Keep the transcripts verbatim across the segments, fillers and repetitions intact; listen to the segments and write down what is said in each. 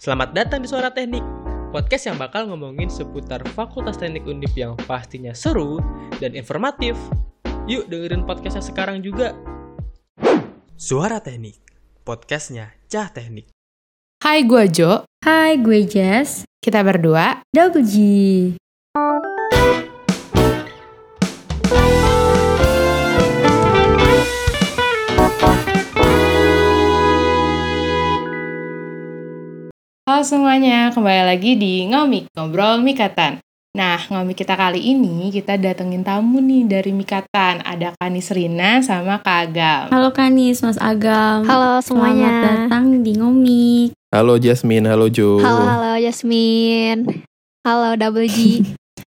Selamat datang di Suara Teknik, podcast yang bakal ngomongin seputar Fakultas Teknik Undip yang pastinya seru dan informatif. Yuk dengerin podcastnya sekarang juga. Suara Teknik, podcastnya Cah Teknik. Hai, gue Jo. Hai, gue Jess. Kita berdua Double G. Halo semuanya, kembali lagi di Ngomik, Ngobrol Mikatan. Nah, ngomik kita kali ini, kita datengin tamu nih dari Mikatan. Ada Kanis Rina sama Kak Agam. Halo Kanis, Mas Agam. Halo semuanya. Selamat datang di Ngomik. Halo Jasmine, halo Jo. Halo, halo Jasmine. Halo Double G.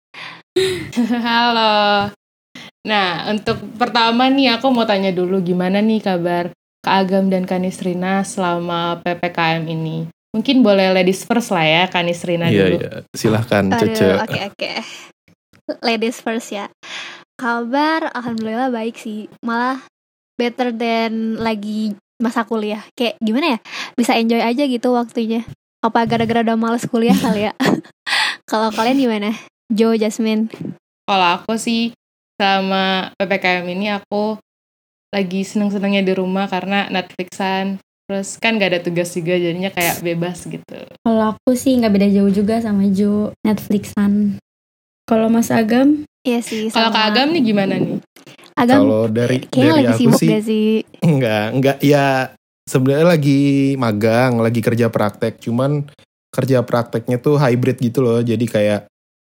Halo. Nah, untuk pertama nih, aku mau tanya dulu gimana nih kabar Kak Agam dan Kanis Rina selama P P K M ini. Mungkin boleh ladies first lah ya, Kanis Rina Iya, dulu. iya. Silahkan, Aduh, Cece. oke oke. Ladies first ya. Kabar alhamdulillah baik sih. Malah better than lagi masa kuliah. Kayak gimana ya? Bisa enjoy aja gitu waktunya. Apa gara-gara udah males kuliah kali ya? Kalau kalian gimana? Jo, Jasmine. Kalau aku sih sama P P K M ini aku lagi seneng-senengnya di rumah karena Netflixan. Terus kan gak ada tugas juga, jadinya kayak bebas gitu. Kalau aku sih nggak beda jauh juga sama Jo, Netflixan. Kalau Mas Agam? Iya sih. Kalau Kak Agam nih gimana nih? Agam Kalau dari kayaknya dari lagi aku sibuk sih, gak sih? enggak, enggak ya sebenarnya lagi magang, lagi kerja praktek, cuman kerja prakteknya tuh hybrid gitu loh. Jadi kayak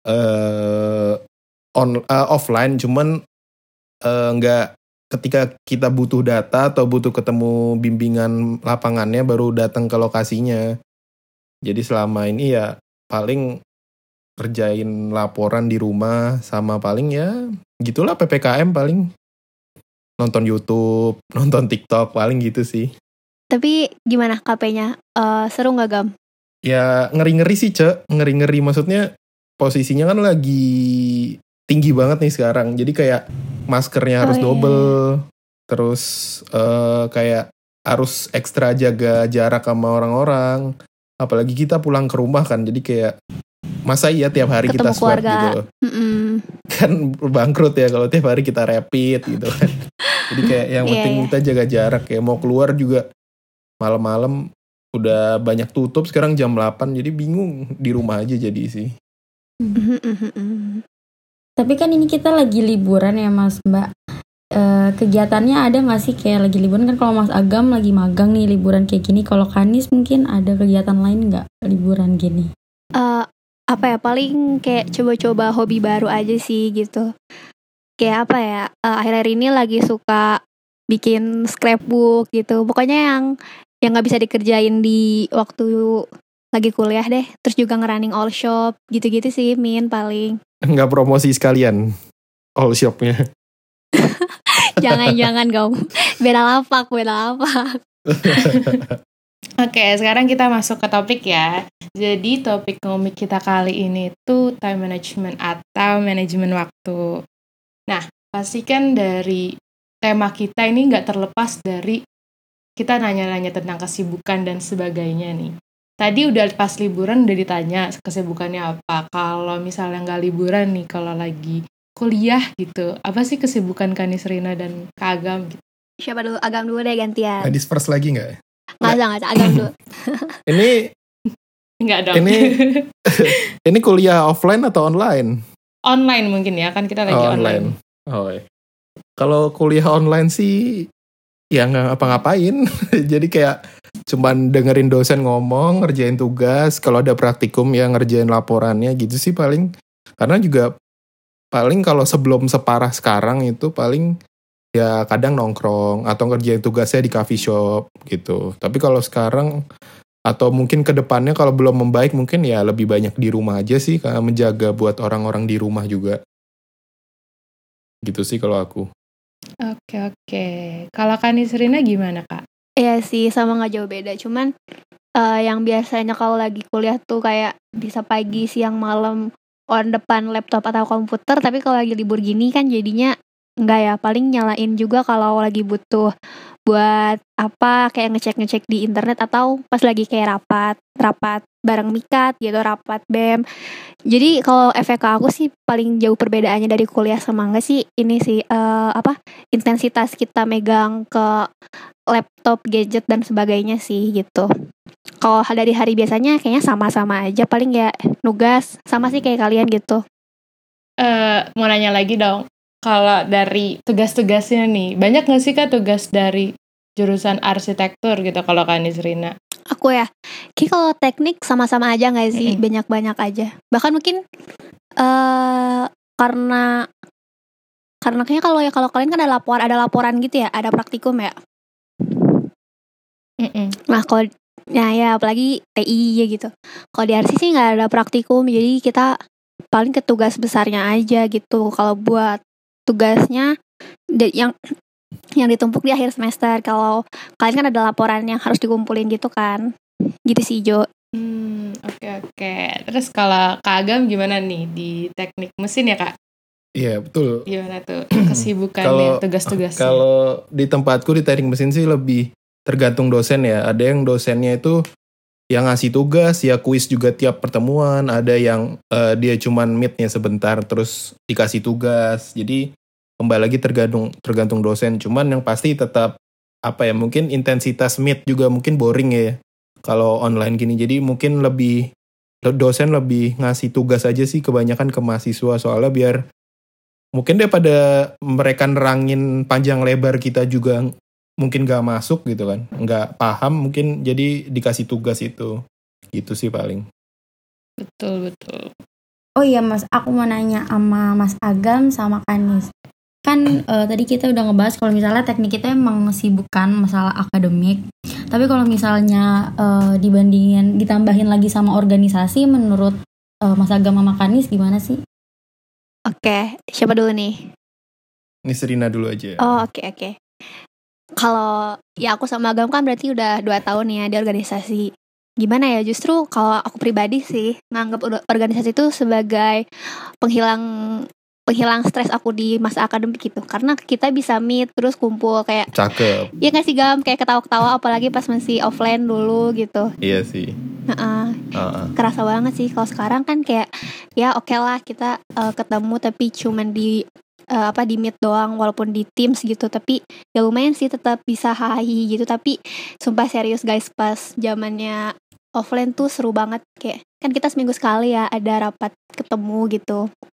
eh on eh, offline, cuman eh, enggak ketika kita butuh data atau butuh ketemu bimbingan lapangannya baru datang ke lokasinya. Jadi selama ini ya paling kerjain laporan di rumah sama paling ya gitulah P P K M paling nonton YouTube, nonton TikTok paling gitu sih. Tapi gimana K P-nya? Eh, seru gak Gam? Ya ngeri-ngeri sih Cek, ngeri-ngeri maksudnya posisinya kan lagi tinggi banget nih sekarang. Jadi kayak maskernya harus Oh, iya. double, terus eh, kayak harus ekstra jaga jarak sama orang-orang. Apalagi kita pulang ke rumah kan, jadi kayak masa iya tiap hari Ketemu kita swab keluarga. gitu loh. Mm-mm. Kan bangkrut ya kalau tiap hari kita rapid gitu kan. Jadi kayak yang Iya, penting iya. kita jaga jarak, kayak mau keluar juga malam-malam udah banyak tutup sekarang jam delapan, jadi bingung di rumah aja jadi sih. Mm-mm. Tapi kan ini kita lagi liburan ya Mas Mbak. Eh, kegiatannya ada nggak sih kayak lagi liburan kan? Kalau Mas Agam lagi magang nih liburan kayak gini. Kalau Kanis mungkin ada kegiatan lain nggak liburan gini? Eh, apa ya, paling kayak coba-coba hobi baru aja sih gitu. Kayak apa ya, eh, akhir-akhir ini lagi suka bikin scrapbook gitu. Pokoknya yang yang nggak bisa dikerjain di waktu lagi kuliah deh. Terus juga ngerunning all shop gitu-gitu sih, Min paling. Nggak promosi sekalian all shopnya. Jangan-jangan Gam. Beda lapak, beda lapak. Oke, sekarang kita masuk ke topik ya. Jadi topik komik kita kali ini tuh time management atau manajemen waktu. Nah, pastikan dari tema kita ini nggak terlepas dari kita nanya-nanya tentang kesibukan dan sebagainya nih. Tadi udah pas liburan udah ditanya kesibukannya apa. Kalau misalnya nggak liburan nih, kalau lagi kuliah gitu, apa sih kesibukan Kanis Rina dan Kak Agam gitu? Siapa dulu? Agam dulu deh gantian. Ladies first lagi nggak? Nggak usah, nggak usah. Agam dulu. Ini Enggak dong. Ini ini kuliah offline atau online? Online mungkin ya, kan kita lagi Oh, online. Oh, iya. Kalau kuliah online sih ya nggak ngapa-ngapain. Jadi kayak cuman dengerin dosen ngomong, ngerjain tugas. Kalau ada praktikum ya ngerjain laporannya gitu sih paling. Karena juga paling kalau sebelum separah sekarang itu paling ya kadang nongkrong atau ngerjain tugasnya di coffee shop gitu. Tapi kalau sekarang atau mungkin ke depannya kalau belum membaik mungkin ya lebih banyak di rumah aja sih, karena menjaga buat orang-orang di rumah juga. Gitu sih kalau aku. Oke, oke. Kalau Kanis Rina gimana, Kak? Iya sih, sama nggak jauh beda. Cuman eh, yang biasanya kalau lagi kuliah tuh kayak bisa pagi, siang, malam on depan laptop atau komputer. Tapi kalau lagi libur gini kan jadinya nggak ya. Paling nyalain juga kalau lagi butuh buat apa kayak ngecek-ngecek di internet atau pas lagi kayak rapat rapat bareng mikat gitu, rapat B E M. Jadi kalau efek ke aku sih paling jauh perbedaannya dari kuliah sama enggak sih ini sih eh, apa intensitas kita megang ke laptop, gadget dan sebagainya sih gitu. Kalau dari hari biasanya kayaknya sama-sama aja, paling ya nugas sama sih kayak kalian gitu. Eh, mau nanya lagi dong, kalau dari tugas-tugasnya nih, banyak nggak sih Kak tugas dari jurusan arsitektur gitu kalau Kak Nisrina? Aku ya, kayak kalau teknik sama-sama aja nggak sih, Mm-mm. banyak-banyak aja. Bahkan mungkin eh karena karena kayaknya kalau ya kalau kalian kan ada laporan ada laporan gitu ya, ada praktikum ya. Mm-mm. Nah kalau nah ya apalagi T I ya gitu. Kalau di R C sih nggak ada praktikum, jadi kita paling ke tugas besarnya aja gitu. Kalau buat tugasnya de- yang yang ditumpuk di akhir semester. Kalau kalian kan ada laporan yang harus dikumpulin gitu kan. Gitu sih Jo. Hmm, oke oke. Terus kalau Kak Agam gimana nih di teknik mesin ya Kak? Iya betul. Gimana tuh kesibukannya, Kalau tugas-tugasnya? kalau di tempatku di teknik mesin sih lebih tergantung dosen ya. Ada yang dosennya itu yang ngasih tugas, ya kuis juga tiap pertemuan. Ada yang eh, dia cuman meet-nya sebentar terus dikasih tugas. Jadi kembali lagi tergantung tergantung dosen. Cuman yang pasti tetap apa ya, mungkin intensitas meet juga mungkin boring ya kalau online gini. Jadi mungkin lebih dosen lebih ngasih tugas aja sih kebanyakan ke mahasiswa, soalnya biar mungkin daripada mereka nerangin panjang lebar kita juga mungkin gak masuk gitu kan, gak paham mungkin, jadi dikasih tugas itu. Gitu sih paling. Betul betul. Oh iya Mas, aku mau nanya sama Mas Agam sama Kanis. Kan eh, tadi kita udah ngebahas kalau misalnya teknik kita emang sibukkan masalah akademik. Tapi kalau misalnya eh, dibandingin ditambahin lagi sama organisasi, menurut eh, Mas Agam sama Kanis gimana sih? Oke, siapa dulu nih? Ini Serina dulu aja. Oh oke oke. Kalau ya aku sama Agam kan berarti udah dua tahun ya di organisasi. Gimana ya, justru kalau aku pribadi sih nganggap udah- organisasi itu sebagai penghilang penghilang stres aku di masa akademik gitu. Karena kita bisa meet terus kumpul kayak Cakep. ya nggak sih Gam, kayak ketawa-ketawa apalagi pas masih offline dulu gitu. Iya sih. Heeh. Uh-uh. Kerasa banget sih. Kalau sekarang kan kayak ya oke lah kita uh, ketemu tapi cuman di uh, apa di meet doang walaupun di Teams gitu, tapi ya lumayan sih tetap bisa hahi gitu. Tapi sumpah serius guys, pas zamannya offline tuh seru banget, kayak kan kita seminggu sekali ya ada rapat ketemu gitu.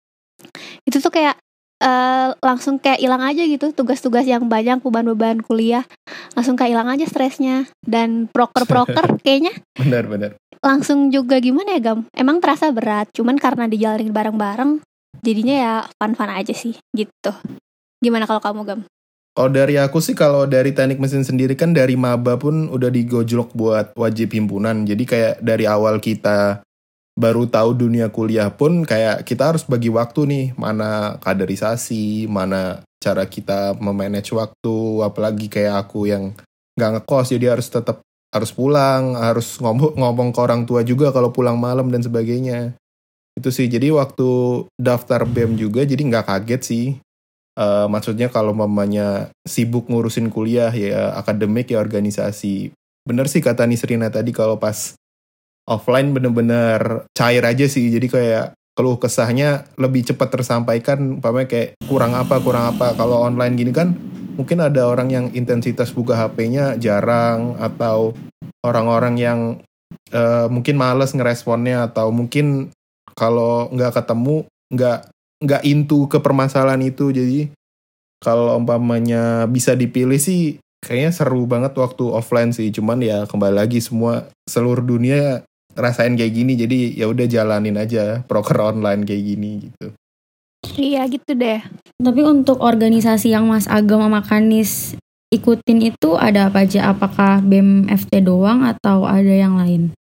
Itu tuh kayak uh, langsung kayak hilang aja gitu tugas-tugas yang banyak, beban-beban kuliah langsung kayak hilang aja stresnya. Dan proker-proker kayaknya Benar-benar. langsung juga gimana ya Gam, emang terasa berat, cuman karena dijalanin bareng-bareng jadinya ya fun-fun aja sih gitu. Gimana kalau kamu Gam? Kalau dari aku sih, kalau dari teknik mesin sendiri kan dari maba pun udah digojlok buat wajib himpunan. Jadi kayak dari awal kita baru tahu dunia kuliah pun kayak kita harus bagi waktu nih, mana kaderisasi, mana cara kita memanage waktu, apalagi kayak aku yang nggak ngekos, jadi harus tetap harus pulang, harus ngomong ngomong ke orang tua juga kalau pulang malam dan sebagainya. Itu sih, jadi waktu daftar B E M juga jadi nggak kaget sih. Uh, maksudnya kalau mamanya sibuk ngurusin kuliah ya akademik ya organisasi. Bener sih kata Nisrina tadi, kalau pas offline bener-bener cair aja sih. Jadi kayak keluh kesahnya lebih cepat tersampaikan, umpamanya kayak kurang apa, kurang apa. Kalau online gini kan mungkin ada orang yang intensitas buka H P-nya jarang, atau orang-orang yang uh, mungkin males ngeresponnya, atau mungkin kalau nggak ketemu nggak nggak into ke permasalahan itu. Jadi kalau umpamanya bisa dipilih sih kayaknya seru banget waktu offline sih. Cuman ya kembali lagi semua seluruh dunia rasain kayak gini, jadi ya udah jalanin aja proker online kayak gini gitu. Iya gitu deh. Tapi untuk organisasi yang Mas Agam sama Kanis ikutin itu ada apa aja? Apakah B E M F T doang atau ada yang lain?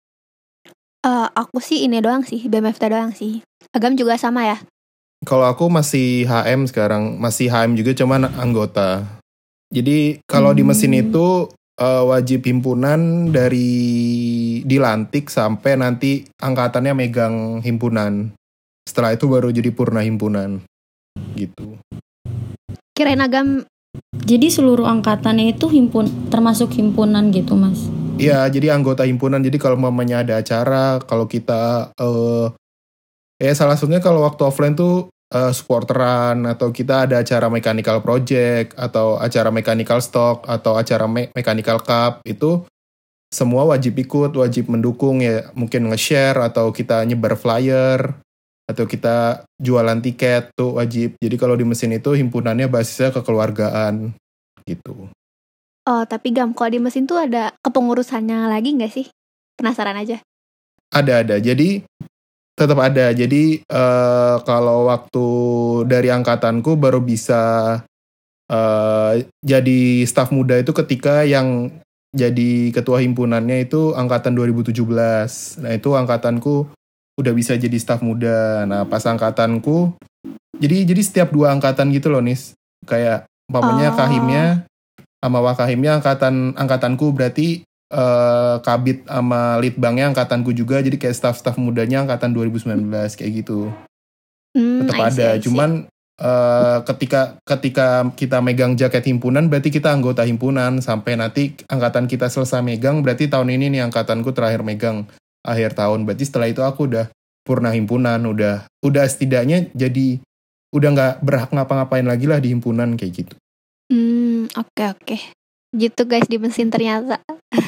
Uh, aku sih ini doang sih, B E M F T doang sih. Agam juga sama ya? Kalau aku masih H M sekarang, masih H M juga cuman anggota. Jadi kalau hmm. di mesin itu uh, wajib himpunan dari dilantik sampai nanti angkatannya megang himpunan. Setelah itu baru jadi purna himpunan gitu. Kirain Agam Jadi seluruh angkatannya itu himpun termasuk himpunan gitu, Mas? Iya, jadi anggota himpunan. Jadi kalau mamanya ada acara, kalau kita eh ya salah satunya kalau waktu offline tuh eh, supporteran, atau kita ada acara mechanical project, atau acara mechanical stock, atau acara me- mechanical cup, itu semua wajib ikut, wajib mendukung ya. Mungkin nge-share, atau kita nyebar flyer, atau kita jualan tiket tuh wajib. Jadi kalau di mesin itu himpunannya basisnya kekeluargaan gitu. Oh, tapi Gam, kalau di mesin tuh ada kepengurusannya lagi nggak sih? Penasaran aja. Ada ada. Jadi tetap ada. Jadi eh, kalau waktu dari angkatanku baru bisa eh, jadi staf muda itu ketika yang jadi ketua himpunannya itu angkatan dua ribu tujuh belas. Nah itu angkatanku udah bisa jadi staf muda. Nah pas angkatanku, jadi jadi setiap dua angkatan gitu loh Nis. Kayak umpamanya Oh. kahimnya sama wakahimnya angkatan angkatanku, berarti eh, kabit sama litbangnya angkatanku juga, jadi kayak staff-staff mudanya angkatan dua ribu sembilan belas kayak gitu. Hmm, Tetap I see, ada, I see. cuman eh, ketika ketika kita megang jaket himpunan berarti kita anggota himpunan sampai nanti angkatan kita selesai megang, berarti tahun ini nih angkatanku terakhir megang akhir tahun. Berarti setelah itu aku udah purna himpunan, udah udah setidaknya jadi udah nggak berhak ngapa-ngapain lagi lah di himpunan kayak gitu. Hmm, oke oke. Gitu guys di mesin ternyata.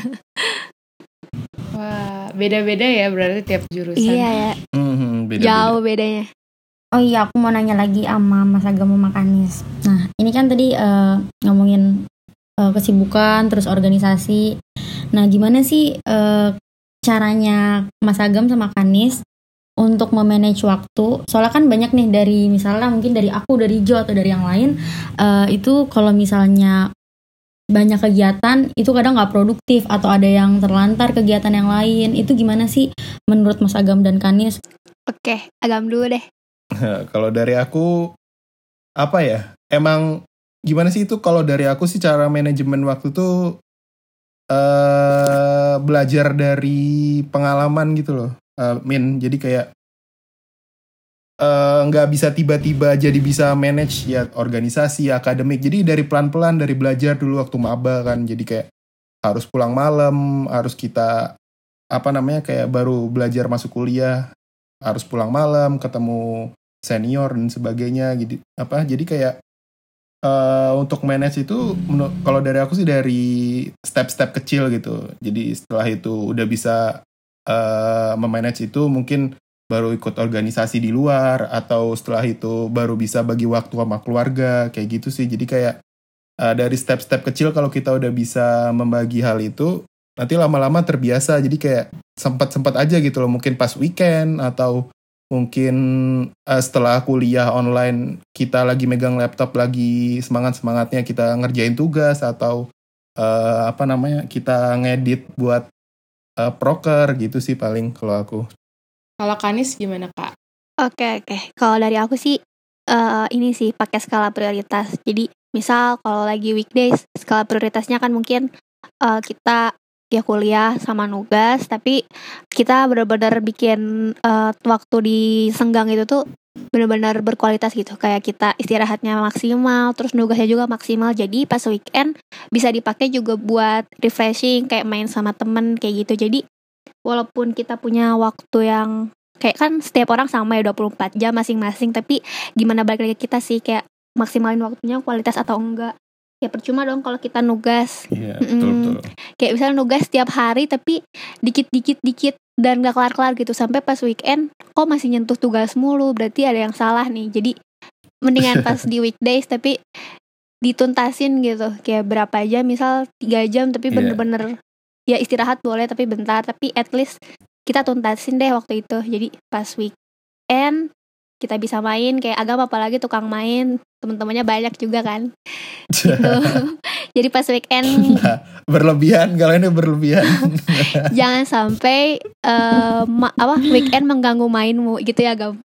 Wah, beda-beda ya berarti tiap jurusan. Iya ya, Mhm, beda-beda. jauh bedanya. Oh iya, aku mau nanya lagi sama Mas Agam sama Kanis. Nah, ini kan tadi eh, ngomongin eh, kesibukan, terus organisasi. Nah, gimana sih eh, caranya Mas Agam sama Kanis untuk memanage waktu? Soalnya kan banyak nih dari misalnya mungkin dari aku, dari Jo, atau dari yang lain. eh, itu kalau misalnya banyak kegiatan, itu kadang nggak produktif atau ada yang terlantar kegiatan yang lain. Itu gimana sih menurut Mas Agam dan Kanis? Oke, Agam dulu deh. Kalau dari aku, apa ya, emang gimana sih itu, kalau dari aku sih cara manajemen waktu tuh eh belajar dari pengalaman gitu loh, eh, Min. Jadi kayak eh, nggak bisa tiba-tiba jadi bisa manage ya organisasi, akademik. Jadi dari pelan-pelan, dari belajar dulu waktu maba kan. Jadi kayak harus pulang malam, harus kita apa namanya kayak baru belajar masuk kuliah, harus pulang malam, ketemu senior dan sebagainya gitu. Apa jadi kayak eh, untuk manage itu menurut- kalau dari aku sih dari step-step kecil gitu. Jadi setelah itu udah bisa eh, memanage itu, mungkin baru ikut organisasi di luar, atau setelah itu baru bisa bagi waktu sama keluarga kayak gitu sih. Jadi kayak eh, dari step-step kecil kalau kita udah bisa membagi hal itu, nanti lama-lama terbiasa. Jadi kayak sempat-sempat aja gitu loh, mungkin pas weekend, atau mungkin eh, setelah kuliah online kita lagi megang laptop, lagi semangat-semangatnya kita ngerjain tugas, atau eh, apa namanya kita ngedit buat eh, proker gitu sih paling kalau aku. Kalau Kanis gimana Kak? Oke oke. Kalau dari aku sih eh, ini sih pakai skala prioritas. Jadi misal kalau lagi weekdays, skala prioritasnya kan mungkin eh, kita ya kuliah sama nugas, tapi kita benar-benar bikin eh, waktu di senggang itu tuh benar-benar berkualitas gitu. Kayak kita istirahatnya maksimal, terus nugasnya juga maksimal. Jadi pas weekend bisa dipakai juga buat refreshing, kayak main sama temen kayak gitu. Jadi walaupun kita punya waktu yang kayak kan setiap orang sama ya dua puluh empat jam masing-masing, tapi gimana balik lagi kita sih kayak maksimalin waktunya kualitas atau enggak. Ya percuma dong kalau kita nugas. Iya, Mm-mm. betul-betul. Kayak misalnya nugas setiap hari tapi dikit-dikit-dikit dan gak kelar-kelar gitu. Sampai pas weekend kok masih nyentuh tugas mulu, berarti ada yang salah nih. Jadi mendingan pas di weekdays tapi dituntasin gitu. Kayak berapa jam, misal tiga jam tapi Iya. bener-bener ya istirahat boleh tapi bentar. Tapi at least kita tuntasin deh waktu itu. Jadi pas weekend kita bisa main, kayak Agam apalagi tukang main, temen-temennya banyak juga kan gitu. Jadi pas weekend Nah, berlebihan, kalau ini berlebihan. jangan sampai eh, ma- apa weekend mengganggu mainmu gitu ya Agam.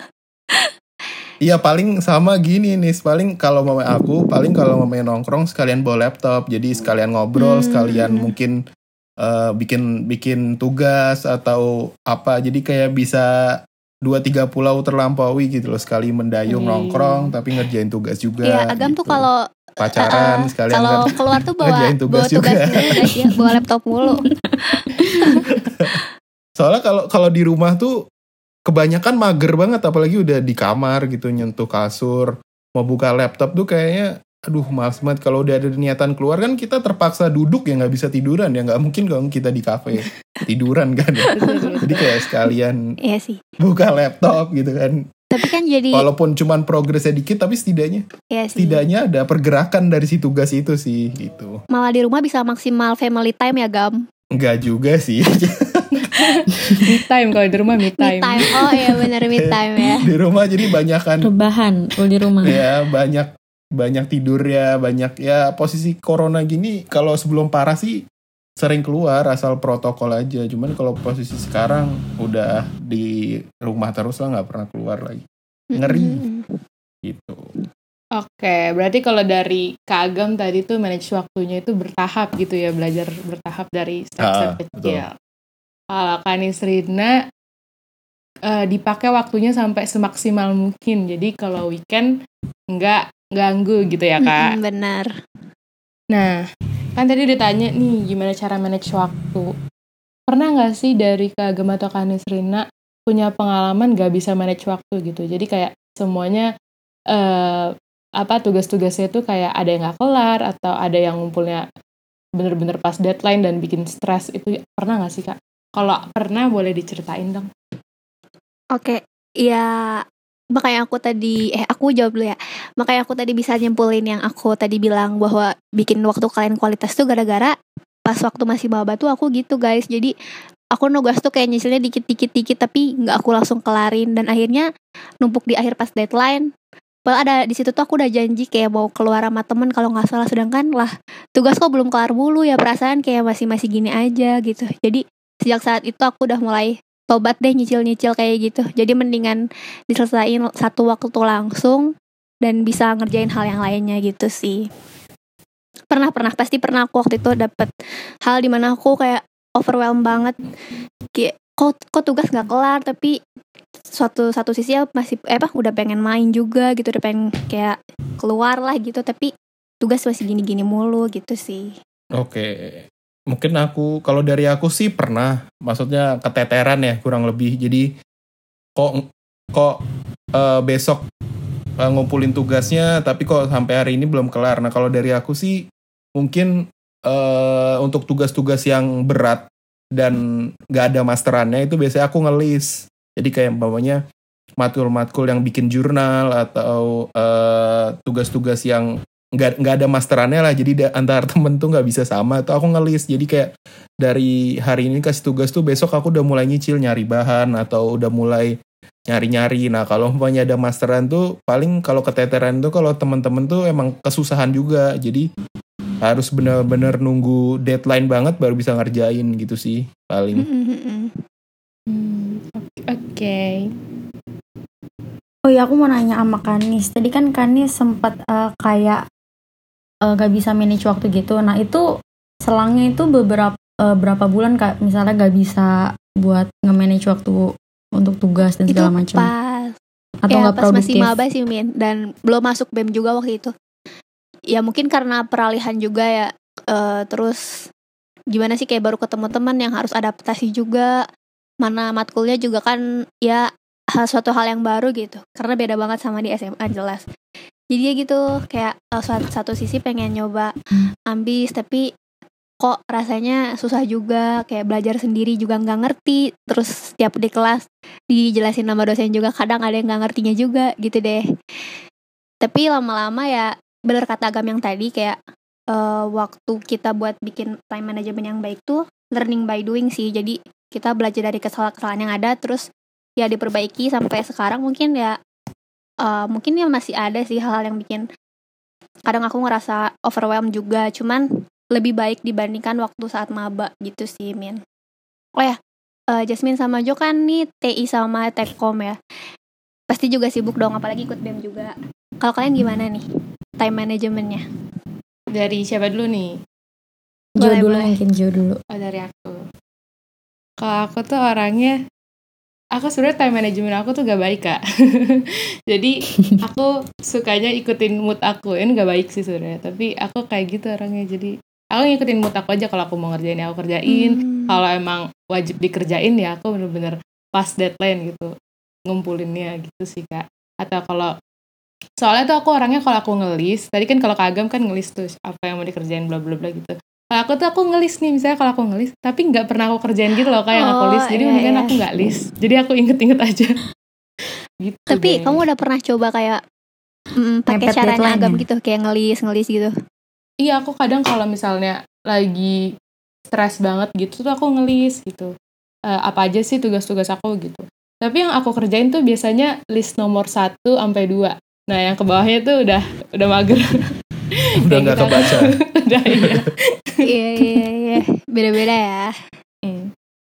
Iya, paling sama gini nih, paling kalau mama aku, paling kalau mamanya nongkrong sekalian bawa laptop, jadi sekalian ngobrol, Hmm. sekalian mungkin eh, bikin bikin tugas atau apa, jadi kayak bisa dua tiga pulau terlampaui gitu loh, sekali mendayung Hmm. nongkrong tapi ngerjain tugas juga. Iya, Agam gitu. tuh kalau pacaran Uh, sekalian kalau kan keluar tuh bawa ngerjain tugas bawa tugas juga. mulu guys ya, bawa laptop mulu. Soalnya kalau kalau di rumah tuh kebanyakan mager banget, apalagi udah di kamar gitu nyentuh kasur, mau buka laptop tuh kayaknya aduh males banget. Kalau udah ada niatan keluar kan kita terpaksa duduk ya, nggak bisa tiduran ya, nggak mungkin dong kita di kafe tiduran kan ya. Jadi kayak sekalian Iya sih. buka laptop gitu kan. Tapi kan jadi Walaupun cuman progresnya dikit, tapi setidaknya iya sih. setidaknya ada pergerakan dari si tugas itu sih gitu. Malah di rumah bisa maksimal family time ya, Gam. Enggak juga sih. Me time, kalau di rumah me Me time. time. Oh iya benar me time ya. Di rumah jadi banyak kan Rebahan kalau di rumah. ya, banyak banyak tidur ya, banyak ya. Posisi corona gini kalau sebelum parah sih sering keluar asal protokol aja. Cuman kalau posisi sekarang udah di rumah terus lah, nggak pernah keluar lagi. Ngeri Mm-mm. gitu. Oke, berarti kalau dari Kak Agam tadi tuh manage waktunya itu bertahap gitu ya, belajar bertahap dari step-step Ah, kecil. Kalau Kak Nisrina eh, dipakai waktunya sampai semaksimal mungkin. Jadi kalau weekend nggak ganggu gitu ya Kak. Mm-mm, benar. Nah, kan tadi ditanya nih gimana cara manage waktu. Pernah nggak sih dari Kak Agam atau Kak Nisrina punya pengalaman nggak bisa manage waktu gitu? Jadi kayak semuanya eh, apa tugas-tugasnya itu kayak ada yang nggak kelar atau ada yang ngumpulnya bener-bener pas deadline dan bikin stres, itu pernah nggak sih Kak? Kalau pernah boleh diceritain dong. Oke, ya makanya aku tadi eh aku jawab dulu ya. Makanya aku tadi bisa nyimpulin yang aku tadi bilang bahwa bikin waktu kalian kualitas tuh gara-gara pas waktu masih maba tuh aku gitu guys. Jadi aku nugas tuh kayak nyicilnya dikit-dikit dikit tapi nggak aku langsung kelarin dan akhirnya numpuk di akhir pas deadline. Padahal ada di situ tuh aku udah janji kayak mau keluar sama temen kalau nggak salah, sedangkan lah tugas kok belum kelar mulu ya, perasaan kayak masih masih gini aja gitu. Jadi sejak saat itu aku udah mulai tobat deh nyicil-nyicil kayak gitu. Jadi mendingan diselesain satu waktu langsung dan bisa ngerjain hal yang lainnya gitu sih. Pernah pernah pasti pernah aku waktu itu dapet hal dimana aku kayak overwhelmed banget. Kayak kok kok tugas nggak kelar, tapi suatu satu sisi ya masih eh apa udah pengen main juga gitu, udah pengen kayak keluar lah gitu, tapi tugas masih gini-gini mulu gitu sih. Oke. Mungkin aku, kalau dari aku sih pernah, maksudnya keteteran ya kurang lebih. Jadi kok kok eh, besok eh, ngumpulin tugasnya, tapi kok sampai hari ini belum kelar. Nah kalau dari aku sih mungkin eh, untuk tugas-tugas yang berat dan nggak ada masterannya itu biasanya aku ngelis. Jadi kayak umpamanya matkul-matkul yang bikin jurnal atau eh, tugas-tugas yang nggak nggak ada masterannya lah, jadi da, antar temen tuh nggak bisa sama, tuh aku ngelis. Jadi kayak dari hari ini kasih tugas tuh besok aku udah mulai nyicil nyari bahan atau udah mulai nyari-nyari. Nah kalau umpamanya ada masteran tuh paling kalau keteteran tuh kalau temen-temen tuh emang kesusahan juga, jadi harus bener-bener nunggu deadline banget baru bisa ngerjain gitu sih paling. Hmm, Oke. Oh iya, aku mau nanya sama Kanis. Tadi kan Kanis sempat uh, kayak uh, gak bisa manage waktu gitu. Nah itu selangnya itu beberapa uh, berapa bulan Kak? Misalnya gak bisa buat nge-manage waktu untuk tugas dan segala macam. Pas Atau ya, gak pas masih produktif? maba sih Min, dan belum masuk B E M juga waktu itu. Ya mungkin karena peralihan juga ya, uh, terus gimana sih kayak baru ketemu teman yang harus adaptasi juga. Mana matkulnya juga kan ya suatu hal yang baru gitu, karena beda banget sama di S M A jelas. Jadi ya gitu kayak uh, satu sisi pengen nyoba ambis, tapi kok rasanya susah juga, kayak belajar sendiri juga nggak ngerti, terus setiap di kelas dijelasin sama dosen juga kadang ada yang nggak ngertinya juga gitu deh. Tapi lama-lama ya bener kata Agam yang tadi kayak uh, waktu kita buat bikin time management yang baik tuh learning by doing sih. Jadi kita belajar dari kesalahan-kesalahan yang ada, terus ya diperbaiki sampai sekarang. Mungkin ya uh, mungkin ya masih ada sih hal-hal yang bikin kadang aku ngerasa overwhelmed juga, cuman lebih baik dibandingkan waktu saat maba gitu sih Min. Oh ya, uh, Jasmine sama Jo kan nih T I sama Tekkom ya, pasti juga sibuk dong, apalagi ikut B E M juga. Kalau kalian gimana nih time managementnya? Dari siapa dulu nih? Jo Boleh, dulu boleh. mungkin Jo dulu. Oh, dari aku. Kalau aku tuh orangnya aku sebenarnya time management aku tuh gak baik kak. Jadi aku sukanya ikutin mood aku, ini gak baik sih sebenarnya, tapi aku kayak gitu orangnya. Jadi aku ngikutin mood aku aja, kalau aku mau ngerjain ya aku kerjain, Hmm. kalau emang wajib dikerjain ya aku bener-bener pas deadline gitu ngumpulinnya gitu sih kak. Atau kalau soalnya tuh aku orangnya kalau aku ngelis, tadi kan kalau Kagam kan ngelis tuh apa yang mau dikerjain bla bla bla gitu. Kalau aku tuh aku ngelis nih, misalnya kalau aku ngelis tapi nggak pernah aku kerjain gitu loh kayak yang aku Oh, list, jadi iya, mendingan iya. aku nggak list, jadi aku inget-inget aja gitu. Tapi deh. kamu udah pernah coba kayak mm, pakai Mepet caranya deadline Agam ya? gitu, kayak ngelis ngelis gitu? Iya, aku kadang kalau misalnya lagi stres banget gitu tuh aku ngelis gitu. Eh, apa aja sih tugas-tugas aku gitu. Tapi yang aku kerjain tuh biasanya list nomor satu sampai dua. Nah, yang ke bawahnya tuh udah udah mager. Udah Kayak nggak gitu. kebaca. Udah iya. Iya iya iya, beda-beda ya. Hmm.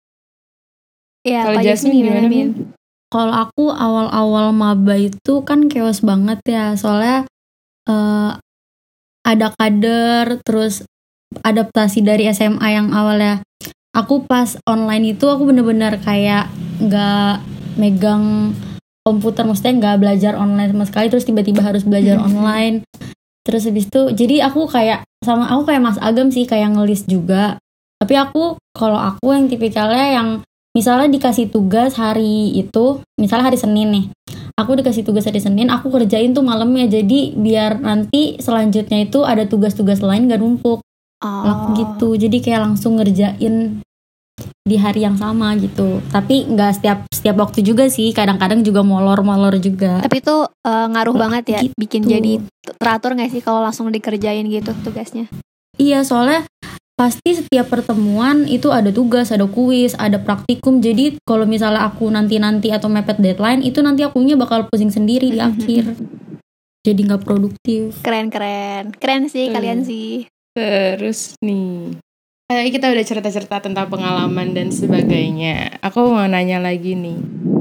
Iya, Kalau Kak Jasmine Jasmine gimana gimana, Min? Kalau aku awal-awal maba itu kan chaos banget ya, soalnya eh, ada kader, terus adaptasi dari S M A yang awalnya aku pas online itu aku bener-bener kayak nggak megang komputer, maksudnya nggak belajar online sama sekali, terus tiba-tiba harus belajar online. Terus habis itu jadi aku kayak sama aku kayak Mas Agam sih, kayak ngelis juga. Tapi aku kalau aku yang tipikalnya yang misalnya dikasih tugas hari itu, misalnya hari Senin nih, aku dikasih tugas hari Senin, aku kerjain tuh malamnya, jadi biar nanti selanjutnya itu ada tugas-tugas lain gak numpuk. Laku Oh. gitu, jadi kayak langsung ngerjain di hari yang sama gitu. Tapi nggak setiap setiap waktu juga sih, kadang-kadang juga molor-molor juga. Tapi itu eh, ngaruh Oh, banget ya, gitu. bikin jadi teratur nggak sih kalau langsung dikerjain gitu tugasnya? Iya, soalnya pasti setiap pertemuan itu ada tugas, ada kuis, ada praktikum. Jadi kalau misalnya aku nanti-nanti atau mepet deadline, itu nanti akunya bakal pusing sendiri di akhir. Jadi nggak produktif. Keren-keren, keren sih Hmm. kalian sih. Terus nih, eh, kita udah cerita-cerita tentang pengalaman dan sebagainya. Aku mau nanya lagi nih,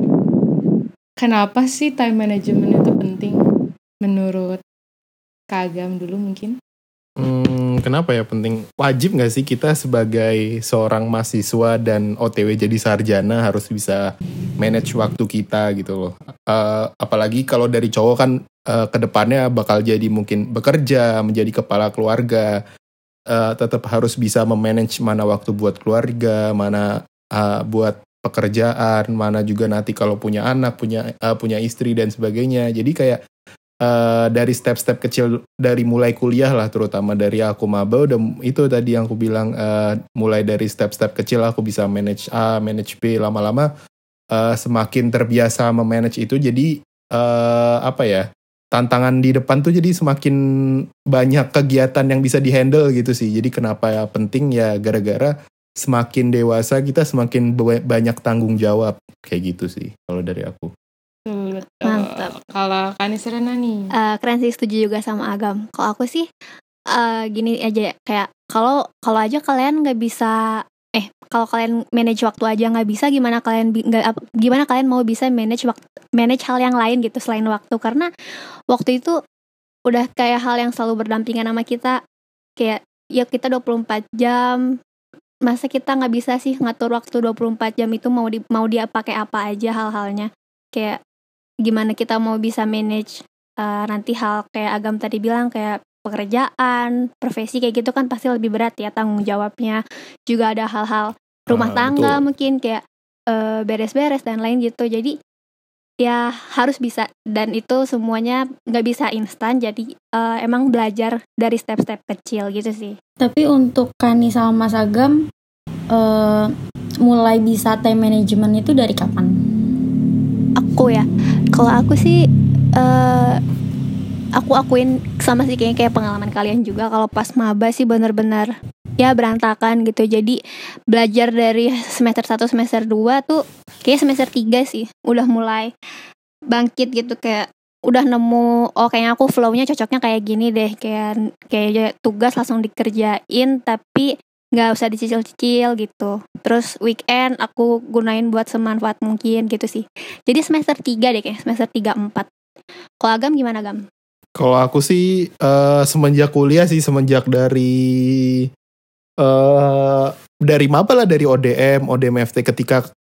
kenapa sih time management itu penting menurut Kagam dulu mungkin? Hmm, kenapa ya penting? Wajib nggak sih kita sebagai seorang mahasiswa dan O T W jadi sarjana harus bisa manage waktu kita gitu loh. Eh, apalagi kalau dari cowok kan eh, kedepannya bakal jadi mungkin bekerja, menjadi kepala keluarga. Eh, tetap harus bisa memanage mana waktu buat keluarga, mana eh, buat pekerjaan, mana juga nanti kalau punya anak, punya eh, punya istri dan sebagainya. Jadi kayak Uh, dari step-step kecil dari mulai kuliah lah, terutama dari aku maba udah itu tadi yang aku bilang, uh, mulai dari step-step kecil aku bisa manage A, manage B, lama-lama uh, semakin terbiasa memanage itu, jadi uh, apa ya, tantangan di depan tuh jadi semakin banyak kegiatan yang bisa dihandle gitu sih. Jadi kenapa ya penting ya, gara-gara semakin dewasa kita semakin banyak tanggung jawab kayak gitu sih kalau dari aku. Betul. Mantap. Kalau Kanis Rena nih, Eh, keren sih, setuju juga sama Agam. Kalau aku sih eh, gini aja ya, kayak kalau kalau aja kalian nggak bisa eh kalau kalian manage waktu aja nggak bisa, gimana kalian bi- nggak ap- gimana kalian mau bisa manage waktu, manage hal yang lain gitu selain waktu, karena waktu itu udah kayak hal yang selalu berdampingan sama kita. Kayak ya kita dua puluh empat jam, masa kita nggak bisa sih ngatur waktu dua puluh empat jam itu mau di, mau dia pakai apa aja hal-halnya. Kayak gimana kita mau bisa manage uh, nanti hal kayak Agam tadi bilang, kayak pekerjaan, profesi kayak gitu kan pasti lebih berat ya tanggung jawabnya. Juga ada hal-hal rumah Ah, tangga betul. mungkin kayak uh, beres-beres dan lain gitu. Jadi ya harus bisa, dan itu semuanya nggak bisa instan. Jadi uh, emang belajar dari step-step kecil gitu sih. Tapi untuk Kani sama Mas Agam, eh, mulai bisa time management itu dari kapan? Aku ya, kalau aku sih eh aku akuin sama sih kayaknya kayak pengalaman kalian juga. Kalau pas maba sih bener-bener ya berantakan gitu. Jadi belajar dari semester satu semester dua tuh kayak semester tiga sih udah mulai bangkit gitu, kayak udah nemu oh kayaknya aku flow-nya cocoknya kayak gini deh, kayak kayak tugas langsung dikerjain tapi nggak usah dicicil-cicil gitu. Terus weekend aku gunain buat semanfaat mungkin gitu sih. Jadi semester tiga deh kayak, semester tiga empat. Kalau Agam gimana Agam? Kalau aku sih eh, semenjak kuliah sih, semenjak dari eh dari maba lah, dari O D M, O D M F T, ketika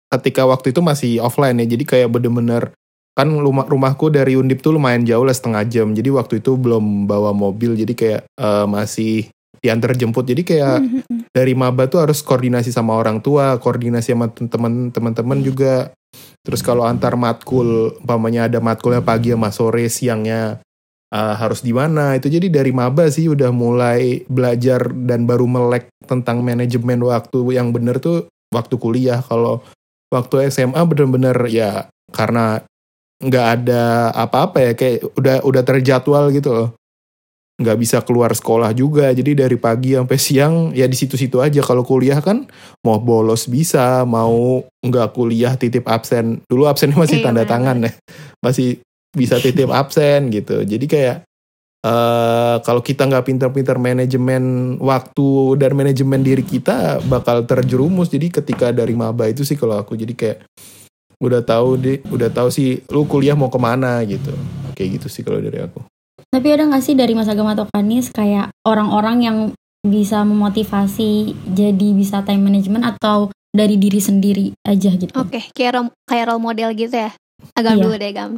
ketika waktu itu masih offline ya, jadi kayak bener-bener kan rumah rumahku dari Undip tuh lumayan jauh lah, setengah jam. Jadi waktu itu belum bawa mobil, jadi kayak uh, masih diantar jemput. Jadi kayak dari maba tuh harus koordinasi sama orang tua, koordinasi sama teman teman-teman juga. Terus kalau antar matkul, umpamanya ada matkulnya pagi sama sore, siangnya uh, harus di mana. Itu jadi dari maba sih udah mulai belajar dan baru melek tentang manajemen waktu yang bener tuh waktu kuliah. Kalau waktu S M A bener-bener ya karena nggak ada apa-apa ya, kayak udah udah terjadwal gitu loh, nggak bisa keluar sekolah juga, jadi dari pagi sampai siang ya di situ-situ aja. Kalau kuliah kan mau bolos bisa, mau nggak kuliah titip absen, dulu absennya masih Iya, tanda bener. tangan ya, masih bisa titip absen gitu. Jadi kayak uh, kalau kita nggak pintar-pintar manajemen waktu dan manajemen diri kita bakal terjerumus. Jadi ketika dari maba itu sih kalau aku jadi kayak udah tahu deh, udah tahu sih lu kuliah mau kemana gitu. Kayak gitu sih kalau dari aku. Tapi ada nggak sih dari Mas Agam atau Kanis kayak orang-orang yang bisa memotivasi jadi bisa time management atau dari diri sendiri aja gitu? Oke, kayak ro- kayak role model gitu ya. Agam Iya. dulu deh, Gam.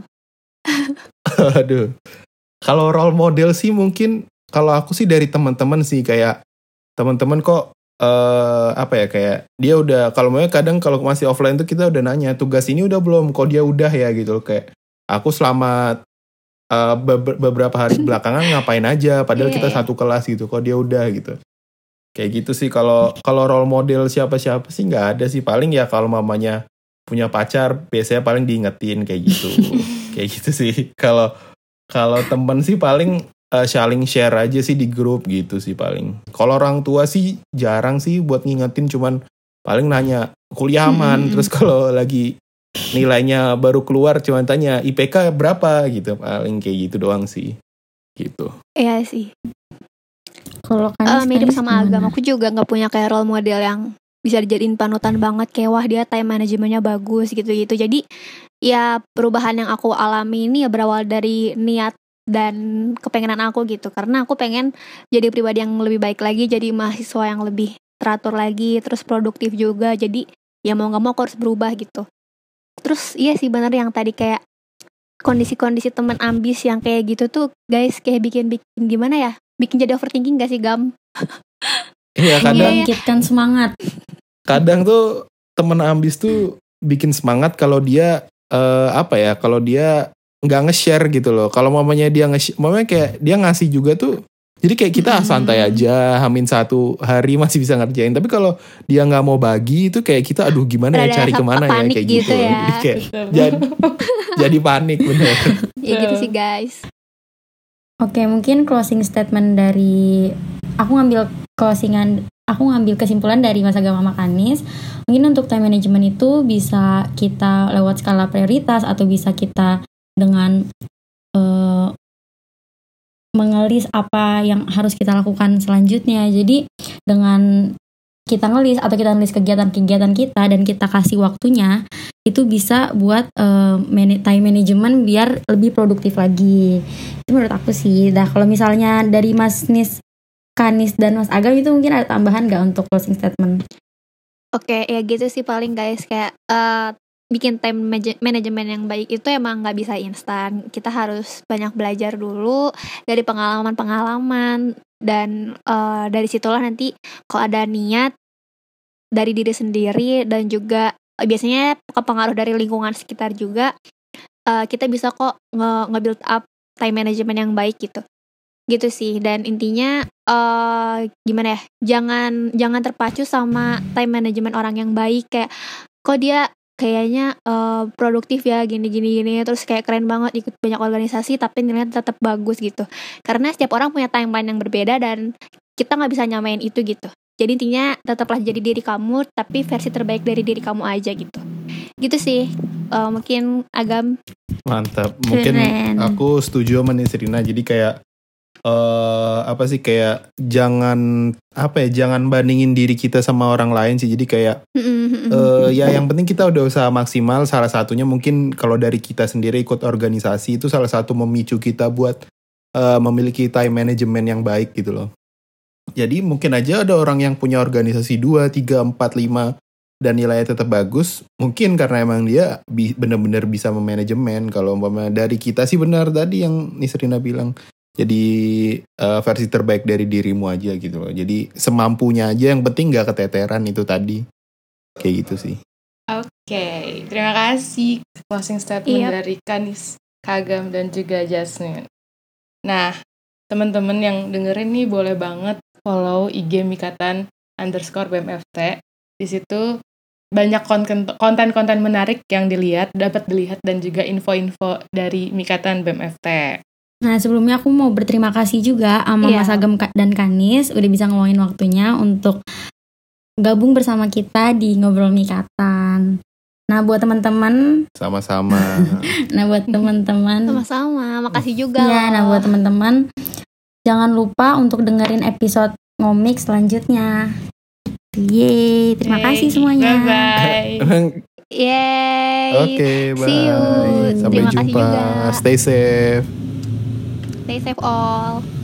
Aduh. Kalau role model sih mungkin kalau aku sih dari teman-teman sih, kayak teman-teman kok eh apa ya, kayak dia udah, kalau mau kadang kalau masih offline tuh kita udah nanya tugas ini udah belum, kok dia udah ya gitu loh. Kayak aku selama uh, be- beberapa hari belakangan ngapain aja padahal Iya, kita iya. satu kelas gitu, kok dia udah gitu. Kayak gitu sih. Kalau kalau role model siapa-siapa sih nggak ada sih. Paling ya kalau mamanya punya pacar biasanya paling diingetin kayak gitu. Kayak gitu sih. Kalau kalau temen sih paling uh, saling share aja sih di grup gitu sih paling. Kalau orang tua sih jarang sih buat ngingetin, cuman paling nanya kuliah aman. Hmm. Terus kalau lagi nilainya baru keluar cuman tanya I P K berapa gitu, paling kayak gitu doang sih. Gitu. Iya sih. Kalau Eh, Kanis, mirip Kanis sama gimana? Agam. Aku juga nggak punya kayak role model yang bisa dijadiin panutan banget. Kayak wah dia time manajemennya bagus gitu-gitu. Jadi ya perubahan yang aku alami ini ya berawal dari niat dan kepengenan aku gitu. Karena aku pengen jadi pribadi yang lebih baik lagi, jadi mahasiswa yang lebih teratur lagi, terus produktif juga. Jadi ya mau nggak mau aku harus berubah gitu. Terus iya sih benar yang tadi kayak kondisi-kondisi teman ambis yang kayak gitu tuh guys, kayak bikin-bikin gimana ya, bikin jadi overthinking gak sih, Gam? Iya kadang Iya. Membangkitkan semangat. kadang tuh temen ambis tuh bikin semangat kalau dia eh, apa ya, kalau dia nggak nge-share gitu loh. Kalau mamanya dia nge mamanya kayak dia ngasih juga tuh, jadi kayak kita Hmm. santai aja, hamin satu hari masih bisa ngerjain. Tapi kalau dia nggak mau bagi itu kayak kita aduh gimana ya, Rada cari rasa kemana ya panik kayak gitu gitu, ya. jadi kayak jadi, jadi panik bener. Ya gitu sih guys. Oke, mungkin closing statement dari aku ngambil closingan, aku ngambil kesimpulan dari Mas Agam sama Kanis. Mungkin untuk time management itu bisa kita lewat skala prioritas atau bisa kita dengan eh, mengelis apa yang harus kita lakukan selanjutnya. Jadi dengan kita ngelis atau kita nulis kegiatan-kegiatan kita dan kita kasih waktunya, itu bisa buat uh, man- time management biar lebih produktif lagi. Itu menurut aku sih. Nah kalau misalnya dari Mas Nis, Kanis dan Mas Agam itu mungkin ada tambahan gak untuk closing statement? Oke, ya gitu sih paling guys, kayak eh, bikin time manage- manajemen yang baik itu emang nggak bisa instan. Kita harus banyak belajar dulu dari pengalaman-pengalaman, dan eh, dari situlah nanti kalau ada niat dari diri sendiri dan juga eh, biasanya kepengaruh dari lingkungan sekitar juga, eh, kita bisa kok nge- nge-build up time management yang baik gitu. Gitu sih. Dan intinya eh gimana ya, jangan jangan terpacu sama time management orang yang baik, kayak kok dia kayaknya eh, produktif ya gini gini gini, terus kayak keren banget ikut banyak organisasi tapi nilainya tetap bagus gitu. Karena setiap orang punya timeline yang berbeda dan kita nggak bisa nyamain itu gitu. Jadi intinya tetaplah jadi diri kamu, tapi versi terbaik dari diri kamu aja gitu. Gitu sih. Eh, mungkin Agam. Mantap. Mungkin Keren. aku setuju sama Nisrina. Jadi kayak eh apa sih, kayak jangan apa ya, jangan bandingin diri kita sama orang lain sih. Jadi kayak eh ya yang penting kita udah usaha maksimal. Salah satunya mungkin kalau dari kita sendiri ikut organisasi itu salah satu memicu kita buat eh, memiliki time management yang baik gitu loh. Jadi mungkin aja ada orang yang punya organisasi dua, tiga, empat, lima dan nilainya tetap bagus, mungkin karena emang dia bi- benar-benar bisa memanajemen. Kalau umpama dari kita sih benar tadi yang Nisrina bilang, jadi uh, versi terbaik dari dirimu aja gitu loh. Jadi semampunya aja, yang penting gak keteteran itu tadi. Kayak gitu sih. Oke, okay. Terima kasih closing statement Yep. dari Kanis, Kagam, dan juga Jasmine. Nah, teman-teman yang dengerin nih boleh banget follow I G Mikatan underscore B M F T. Di situ banyak konten konten-konten menarik yang dilihat, dapat dilihat, dan juga info-info dari Mikatan B M F T. Nah, sebelumnya aku mau berterima kasih juga sama Iya. Mas Agam dan Kanis udah bisa ngeluangin waktunya untuk gabung bersama kita di Ngobrol Mikatan. Nah, buat teman-teman, Sama-sama. nah buat teman-teman, Sama-sama, makasih juga ya, nah loh. buat teman-teman, jangan lupa untuk dengerin episode ngomik selanjutnya. Yeay, terima kasih semuanya. Bye-bye. Yeay. Oke, bye. See you. Sampai Terima kasih jumpa. juga. Stay safe. Stay safe all.